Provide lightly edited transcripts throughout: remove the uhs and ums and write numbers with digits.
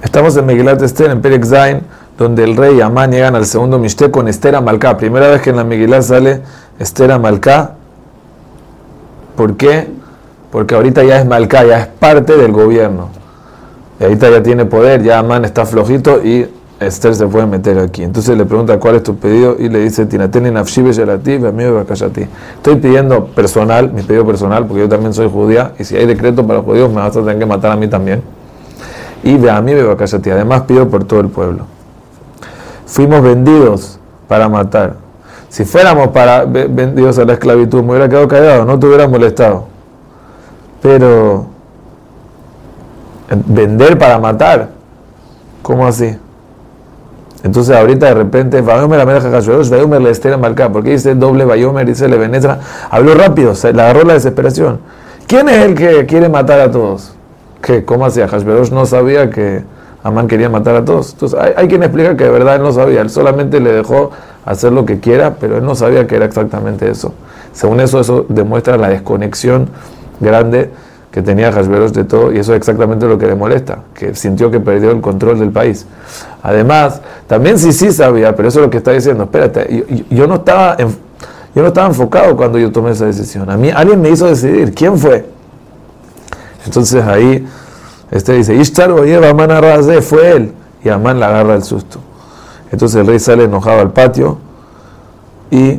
Estamos en Megilat Esther, en Perek Zain, donde el rey y Amán llegan al segundo Mishté con Esther Amalcá. Primera vez que en la Megilat sale Esther Amalcá. ¿Por qué? Porque ahorita ya es Malcá, ya es parte del gobierno. Y ahorita ya tiene poder, ya Amán está flojito y Esther se puede meter aquí. Entonces le pregunta cuál es tu pedido y le dice: Tinateni nafshi beyelati ve'amio bebakashati. Estoy pidiendo personal, mi pedido personal, porque yo también soy judía, y si hay decreto para judíos me vas a tener que matar a mí también. Y ve'amio bebakashati, además pido por todo el pueblo. Fuimos vendidos para matar. Si fuéramos vendidos a la esclavitud, me hubiera quedado callado, no te hubiera molestado. Pero vender para matar, ¿cómo así? Entonces ahorita de repente, Vayomer Amelech Ahashverosh, Vayomer le Esther Amalcá, porque dice doble Vayomer, dice le Benetra, habló rápido, se le agarró la desesperación. ¿Quién es el que quiere matar a todos? ¿Qué? ¿Cómo así? Ahashverosh no sabía que Amán quería matar a todos. Entonces hay quien explica que de verdad él no sabía, él solamente le dejó hacer lo que quiera, pero él no sabía que era exactamente eso. Según eso demuestra la desconexión grande que tenía Ahashverosh de todo, y eso es exactamente lo que le molesta, que sintió que perdió el control del país. Además, también sí sabía, pero eso es lo que está diciendo. Espérate, yo no estaba enfocado cuando yo tomé esa decisión. A mí alguien me hizo decidir. ¿Quién fue? Entonces ahí dice: Ishtar oyev Amán arrazé, fue él. Y Amán le agarra el susto. Entonces el rey sale enojado al patio y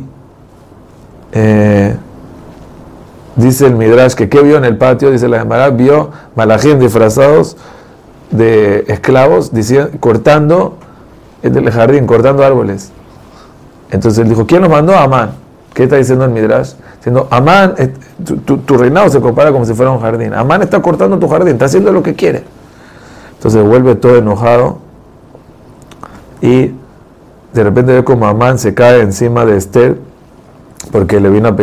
dice el Midrash que ¿qué vio en el patio? Dice la Gemara, vio malajim disfrazados de esclavos cortando el jardín, cortando árboles. Entonces él dijo: ¿quién los mandó? Amán. ¿Qué está diciendo el Midrash? Diciendo: Amán, tu reinado se compara como si fuera un jardín. Amán está cortando tu jardín, está haciendo lo que quiere. Entonces vuelve todo enojado y de repente ve como Amán se cae encima de Esther porque le vino a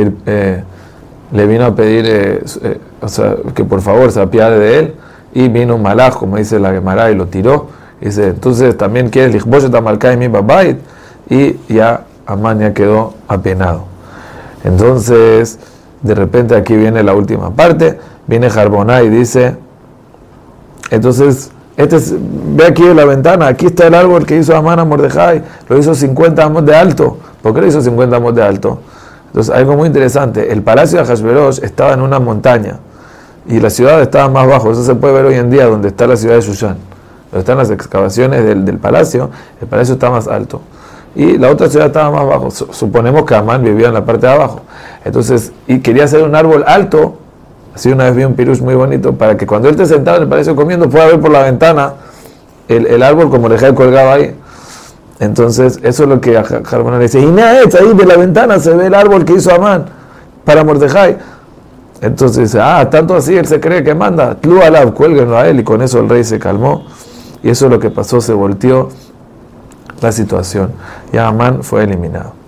pedir que por favor se apiade de él, y vino un malaj, como dice la Gemara, y lo tiró. Y dice: entonces también quieres lichboshet amalcá en mi babait, y ya Amán ya quedó apenado. Entonces de repente aquí viene la última parte, viene Harbonah y dice: entonces ve aquí en la ventana, aquí está el árbol que hizo Amán a Mordejai, lo hizo 50 amos de alto. ¿Por qué lo hizo 50 amos de alto? Entonces, algo muy interesante, el palacio de Ahashverosh estaba en una montaña y la ciudad estaba más bajo. Eso se puede ver hoy en día donde está la ciudad de Shushan, donde están las excavaciones del palacio. El palacio está más alto y la otra ciudad estaba más bajo. Suponemos que Amán vivía en la parte de abajo. Entonces, y quería hacer un árbol alto. Así una vez vi un pirush muy bonito, para que cuando él esté sentado en el palacio comiendo pueda ver por la ventana el árbol como Mordejai colgaba ahí. Entonces, eso es lo que Harbonah le dice: y ahí de la ventana se ve el árbol que hizo Amán para Mordejai. Entonces dice: tanto así él se cree que manda. Tlu alav, cuélguenlo a él. Y con eso el rey se calmó. Y eso es lo que pasó, se volteó la situación. Y Amán fue eliminado.